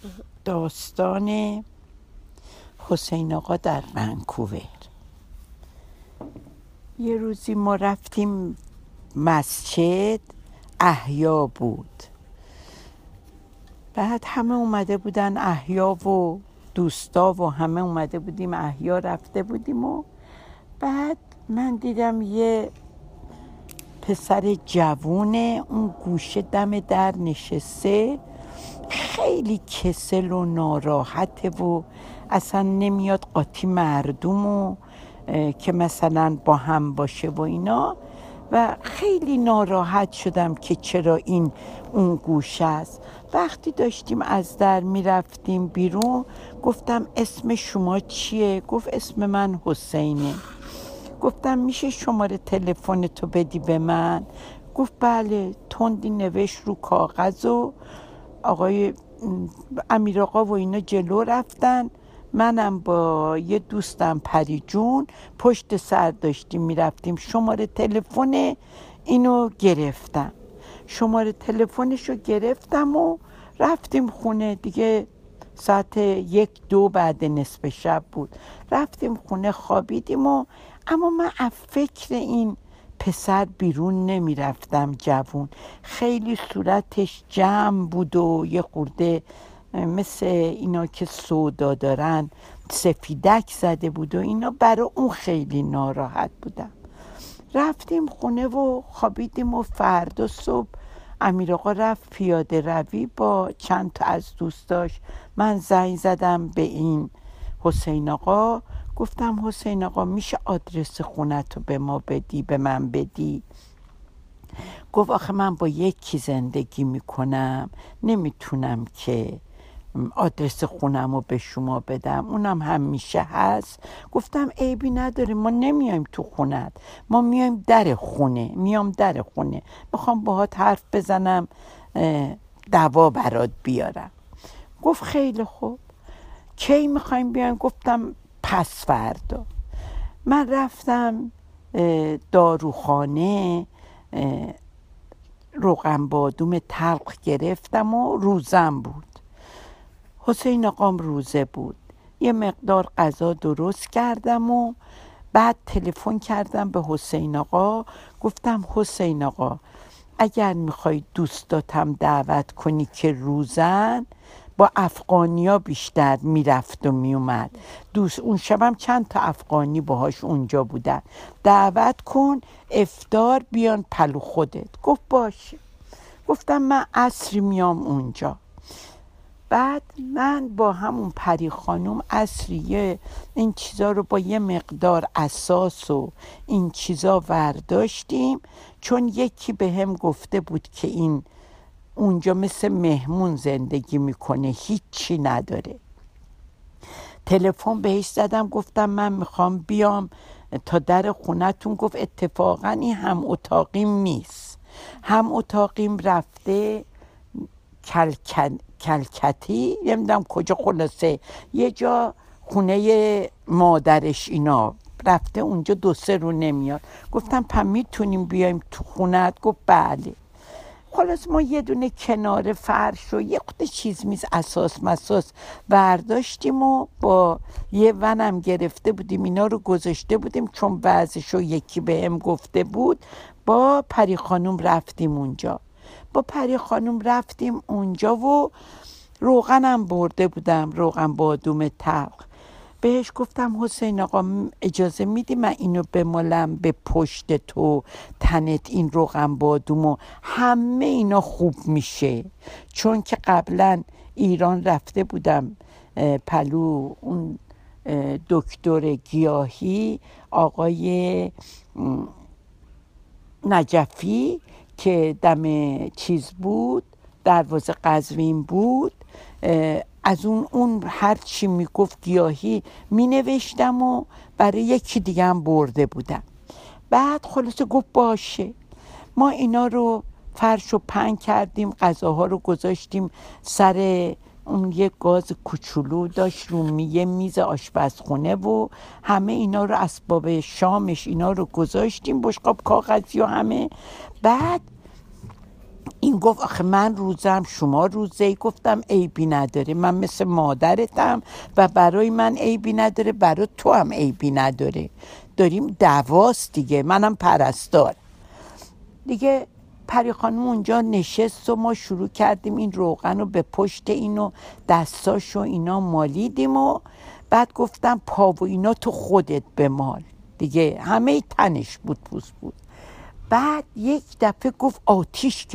داستان حسین آقا در ونکوور. یه روزی ما رفتیم مسجد، احیا بود. بعد همه اومده بودن احیا و دوستا و همه اومده بودیم احیا، رفته بودیم و بعد من دیدم یه پسر جوونه اون گوشه دم در نشسته، خیلی کسل و ناراحته و اصلا نمیاد قاطی مردم و که مثلا با هم باشه و اینا، و خیلی ناراحت شدم که چرا این اون گوشه است. وقتی داشتیم از در میرفتیم بیرون گفتم اسم شما چیه؟ گفت اسم من حسینه. گفتم میشه شماره تلفن تو بدی به من؟ گفت بله. تندی نوشت رو کاغذ و آقای امیر آقا و اینا جلو رفتن، منم با یه دوستم پری جون پشت سر داشتیم میرفتیم. شماره تلفن اینو گرفتم، شماره تلفنشو گرفتم و رفتیم خونه دیگه. ساعت 1-2 بعد نصف شب بود. رفتیم خونه خوابیدیم و اما من از فکر این پسر بیرون نمی رفتم. جوون خیلی صورتش جمع بود و یه خورده مثل اینا که سودا دارن سفیدک زده بود و اینا، برای اون خیلی ناراحت بودم. رفتیم خونه و خوابیدیم و فردا صبح امیر آقا رفت پیاده روی با چند تا از دوستاش. من زنگ زدم به این حسین آقا، گفتم حسین آقا میشه آدرس خونتو به ما بدی، به من بدی؟ گفت آخه من با یکی زندگی میکنم، نمیتونم که آدرس خونمو به شما بدم، اونم همیشه هست. گفتم عیبی نداره، ما نمیایم تو خونت، ما میایم در خونه، میام در خونه، میخوام باهات حرف بزنم، دوا برات بیارم. گفت خیلی خوب، کی میخوایم بیایم؟ گفتم پس فردا. من رفتم داروخانه، روغن بادوم تلخ گرفتم و روزم بود. حسین آقام روزه بود. یه مقدار غذا درست کردم و بعد تلفن کردم به حسین آقا. گفتم حسین آقا اگر میخوای دوستاتم دعوت کنی که روزن، با افغانیا بیشتر میرفت و میومد، دوست اون شبم چند تا افغانی باهاش اونجا بودن، دعوت کن افطار بیان پلو خودت. گفت باشه. گفتم من عصری میام اونجا. بعد من با همون پری خانوم عصریه این چیزا رو با یه مقدار اساس و این چیزا ورداشتیم، چون یکی به هم گفته بود که این اونجا مثل مهمون زندگی میکنه، هیچی نداره. تلفن بهش زدم، گفتم من میخوام بیام تا در خونتون. گفت اتفاقا این هم اتاقیم نیست، هم اتاقیم رفته کلکتی، نمیدونم کجا، خلاصه یه جا خونه مادرش اینا رفته اونجا، 2-3 رو نمیاد. گفتم پس میتونیم بیایم تو خونت؟ گفت بله. خلاص ما یه دونه کنار فرش و یه خود چیز میز اساس مساس برداشتیم و با یه ونم گرفته بودیم، اینا رو گذاشته بودیم چون بعضشو یکی بهم گفته بود. با پری خانوم رفتیم اونجا، با پری خانوم رفتیم اونجا و روغنم برده بودم، روغن بادوم تلخ. بهش گفتم حسین آقا اجازه میدی من اینو بمالم به پشت تو تنت، این روغن بادومو همه اینا خوب میشه، چون که قبلا ایران رفته بودم پلو اون دکتر گیاهی آقای نجفی که دم چیز بود، دروازه قزوین بود، از اون هر چی میگفت گیاهی مینوشتم و برای یکی دیگه هم برده بودم. بعد خلاصه گفت باشه. ما اینا رو فرش و پهن کردیم، غذاها رو گذاشتیم سر اون یه گاز کوچولو داشت رو یه میز آشپزخونه و همه اینا رو اسباب شامش اینا رو گذاشتیم، بشقاب کاغذی و همه. بعد این گفت آخه من روزم شما روزه. گفتم عیبی نداره، من مثل مادرتم و برای من عیبی نداره، برای تو هم عیبی نداره، داریم دعواست دیگه، منم پرستار دیگه. پری خانم اونجا نشست و ما شروع کردیم این روغن رو به پشت اینو دستاشو اینا مالیدیم و بعد گفتم پا و اینا تو خودت بمال دیگه، همه تنش بود، پوست بود. بعد یک دفعه گفت آتیش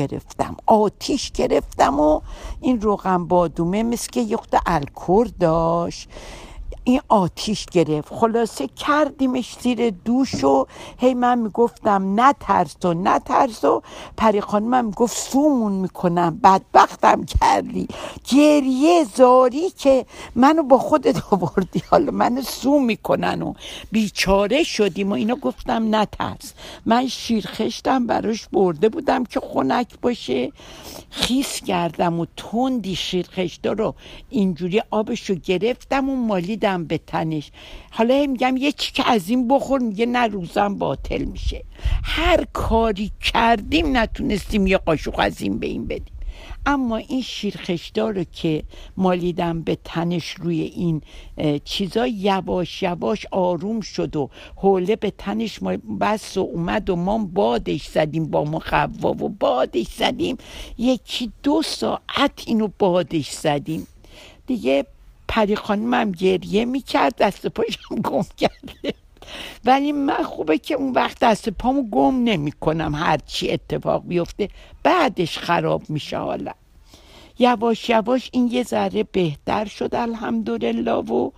گرفتم و این روغن بادومه مثل که یه خود الکل داشت، این آتیش گرفت. خلاصه کردیمش زیر دوش و هی من میگفتم نترس و پری خانمم میگفت سومون میکنم، بدبختم کردی، گریه زاری که منو با خودت آوردی، حالا منو سوم میکنن و بیچاره شدیم و اینا. گفتم نترس، من شیرخشتم براش برده بودم که خنک باشه، خیس کردم و تندی شیرخشتا رو اینجوری آبشو گرفتم و مالیدم به تنش. حالا میگم یه چی که از این بخور، میگه نه روزم باطل میشه. هر کاری کردیم نتونستیم یه قاشق از این به این بدیم. اما این شیرخشتا رو که مالیدم به تنش روی این چیزا، یواش یواش آروم شد و حوله به تنش بس و اومد و ما بادش زدیم با مخوا و بادش زدیم، 1-2 ساعت اینو بادش زدیم دیگه. پری خانمم گریه میکرد، دست پاشم گم کرده، ولی من خوبه که اون وقت دست پامو گم نمی کنم، هرچی اتفاق بیفته بعدش خراب میشه. حالا یواش یواش این یه ذره بهتر شد الحمدلله و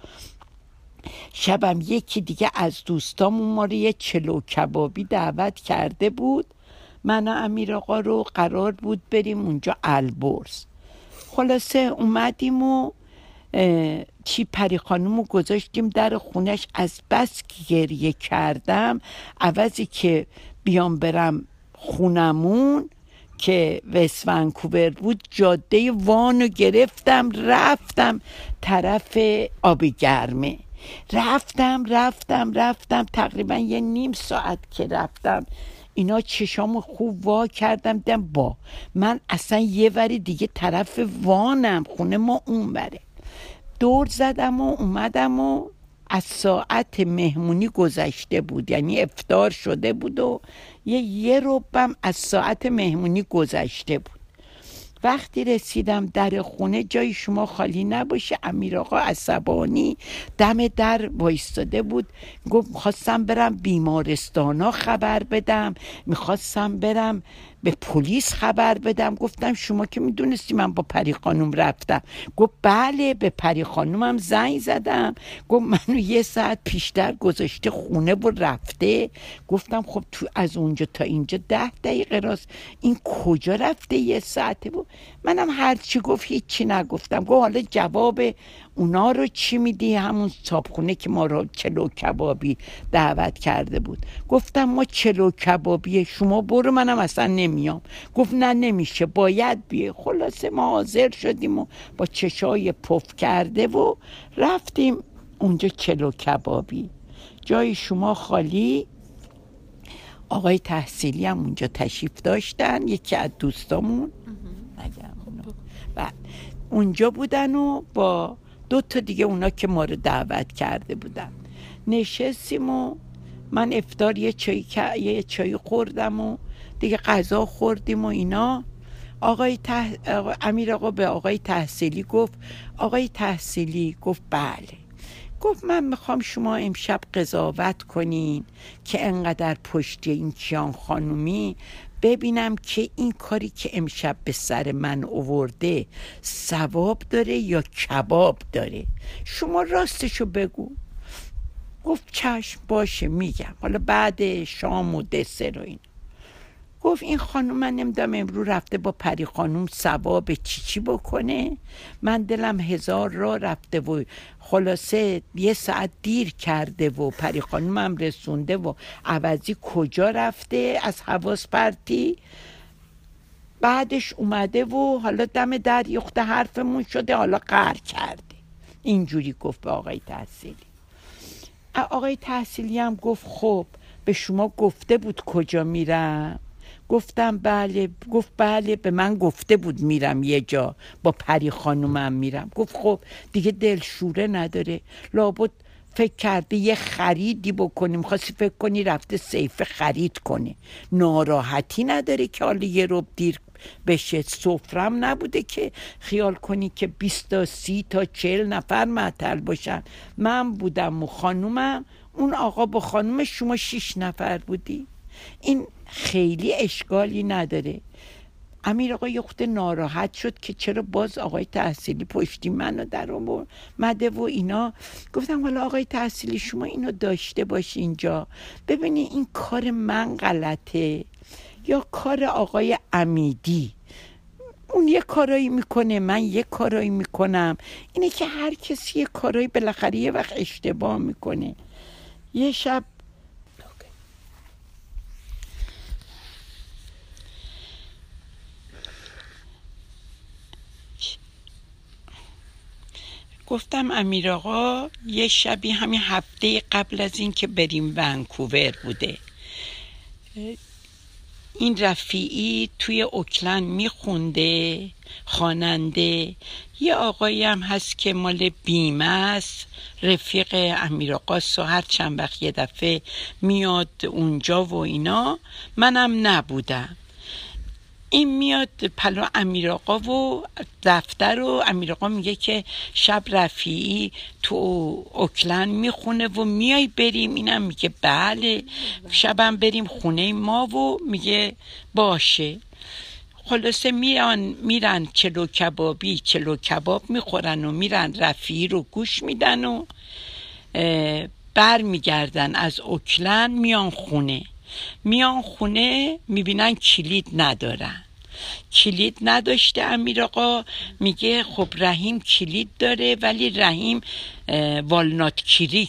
شبم یکی دیگه از دوستامون ما رو یه چلو کبابی دعوت کرده بود، من و امیر آقا رو قرار بود بریم اونجا البرز. خلاصه اومدیم و چی پری خانومو گذاشتیم در خونش، از بس که گریه کردم عوضی که بیام برم خونمون که وست ونکوور بود، جاده وانو گرفتم رفتم طرف آب گرمه، رفتم تقریبا 1.5 ساعت که رفتم اینا چشامو خوب وا کردم، دیدم با من اصلا یه وری دیگه طرف وانم، خونه ما اون بره. دور زدم و اومدم و از ساعت مهمونی گذشته بود، یعنی افطار شده بود و یه ربم از ساعت مهمونی گذشته بود. وقتی رسیدم در خونه، جای شما خالی نباشه، امیر آقا عصبانی دم در وایستاده بود، گفت میخواستم برم بیمارستانا خبر بدم، میخواستم برم به پلیس خبر بدم. گفتم شما که میدونستی من با پری خانوم رفتم. گفت بله به پری خانومم زنگ زدم، گفت منو 1 ساعت پیشتر گذاشته خونه و رفته. گفتم خب تو از اونجا تا اینجا 10 دقیقه راست، این کجا رفته 1 ساعته بود؟ منم هرچی گفت هیچی نگفتم. گفت حالا جواب اونا رو چی میدی؟ همون صابخونه که ما رو چلو کبابی دعوت کرده بود. گفتم ما چلو کبابیه، شما برو، منم اصلا نمیام. گفت نه نمیشه، باید بیه. خلاصه ما حاضر شدیم و با چشای پف کرده و رفتیم اونجا چلو کبابی. جای شما خالی. آقای تحصیلی هم اونجا تشریف داشتن، یکی از دوستامون بعد اونجا بودن و با 2 تا دیگه اونا که ما رو دعوت کرده بودن نشستیم و من افطار یه چای خوردم و دیگه غذا خوردیم و اینا. امیر آقا به آقای تحصیلی گفت، آقای تحصیلی گفت بله. گفت من میخوام شما امشب قضاوت کنین که انقدر پشت این کیان خانومی، ببینم که این کاری که امشب به سر من آورده ثواب داره یا کباب داره، شما راستشو بگو. گفت چشم باشه میگم، حالا بعد شام و دسر و این. گفت این خانوم من نمیدونم امرو رفته با پری خانوم ثواب چی بکنه، من دلم 1000 راه رفته و خلاصه 1 ساعت دیر کرده و پری خانوم هم رسونده و عوضی کجا رفته از حواس پرتی، بعدش اومده و حالا دم در یخت حرفمون شده، حالا قهر کرده. اینجوری گفت به آقای تحصیلی. آقای تحصیلی هم گفت خب به شما گفته بود کجا میرم؟ گفتم بله. گفت بله، به من گفته بود میرم یه جا با پری خانومم میرم. گفت خب دیگه دلشوره نداره، لابد فکر کرده یه خریدی بکنیم، خواستی فکر کنی رفته سیف خرید کنه، ناراحتی نداره که حالا یه رب دیر بشه. سفرم نبوده که خیال کنی که 20 تا 30 تا 40 نفر معطل باشن. من بودم و خانومم، اون آقا با خانومش، شما 6 نفر بودی. این خیلی اشکالی نداره. امیر آقا یه خود ناراحت شد که چرا باز آقای تحصیلی پشتی منو در اومده و اینا. گفتم حالا آقای تحصیلی شما اینو داشته باشی اینجا، ببینی این کار من غلطه یا کار آقای امیدی. اون یه کارایی میکنه، من یه کارایی میکنم، اینه که هر کسی یه کارایی بالاخره یه وقت اشتباه میکنه. یه شب گفتم امیر آقا یه شبی همین هفته قبل از این که بریم ونکوور بوده، این رفیعی توی اوکلند میخونده، خواننده. یه آقایی هم هست که مال بیمه است، رفیق امیر آقاست و هر چند وقت یه دفعه میاد اونجا و اینا. منم نبودم. این میاد پلو امیر آقا و دفتر، و امیر آقا میگه که شب رفیعی تو اوکلند میخونه و میای بریم. اینم میگه بله شبم بریم خونه ما، و میگه باشه. خلاصه میرن چلو کباب میخورن و میرن رفیعی رو گوش میدن و بر میگردن از اوکلند میان خونه میبینن کلید ندارن. کلید نداشته امیر آقا. میگه خب رحیم کلید داره، ولی رحیم والنات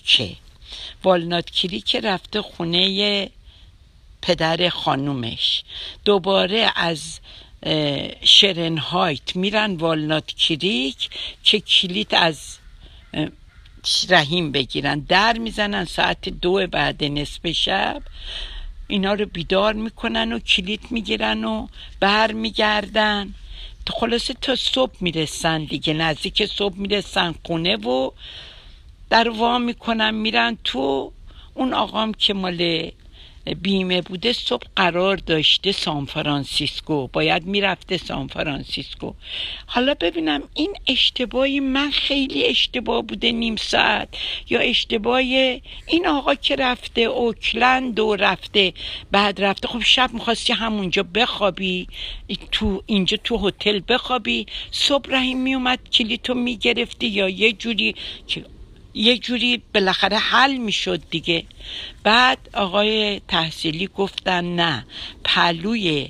کریکه رفته خونه پدر خانومش. دوباره از شرنهایت میرن والنات کریک که کلید از رحیم بگیرن. در میزنن ساعت 2 بعد نصف شب، اینا رو بیدار میکنن و کلید میگیرن و بر میگردن. خلاصه تا صبح میرسن دیگه، نزدیک صبح میرسن خونه و در وا میکنن میرن تو. اون آقام که مال بیمه بوده صبح قرار داشته سانفرانسیسکو، باید میرفته سانفرانسیسکو. حالا ببینم این اشتباهی من خیلی اشتباه بوده نیم ساعت، یا اشتباهی این آقا که رفته اوکلند و رفته بعد رفته. خب شب میخواستی همونجا بخوابی، اینجا تو هتل بخوابی، صبح رحیم میومد کلیتو میگرفتی، یا یه جوری بالاخره حل میشد دیگه. بعد آقای تحصیلی گفتن نه، پلوی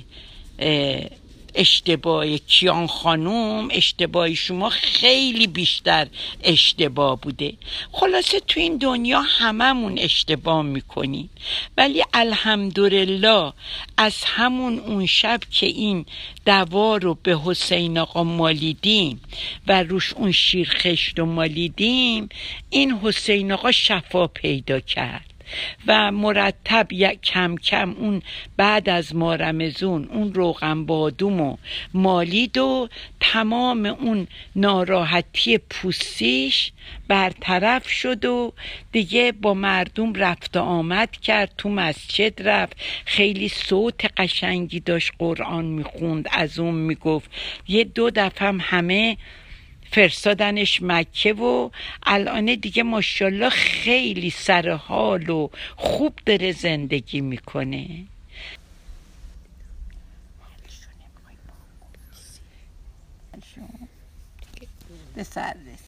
اشتباه کیان خانوم اشتباه شما خیلی بیشتر اشتباه بوده. خلاصه تو این دنیا هممون اشتباه میکنیم، ولی الحمدلله از همون اون شب که این دوا رو به حسین آقا مالیدیم و روش اون شیرخشت رو مالیدیم، این حسین آقا شفا پیدا کرد و مرتب کم کم اون بعد از ماه رمضان اون روغن بادوم و مالید و تمام اون ناراحتی پوستیش برطرف شد و دیگه با مردم رفت و آمد کرد. تو مسجد رفت، خیلی صوت قشنگی داشت، قرآن میخوند، از اون میگفت. یه 2 دفعه همه فرستادنش مکه و الان دیگه ماشاءالله خیلی سرحال و خوب داره زندگی میکنه. به سر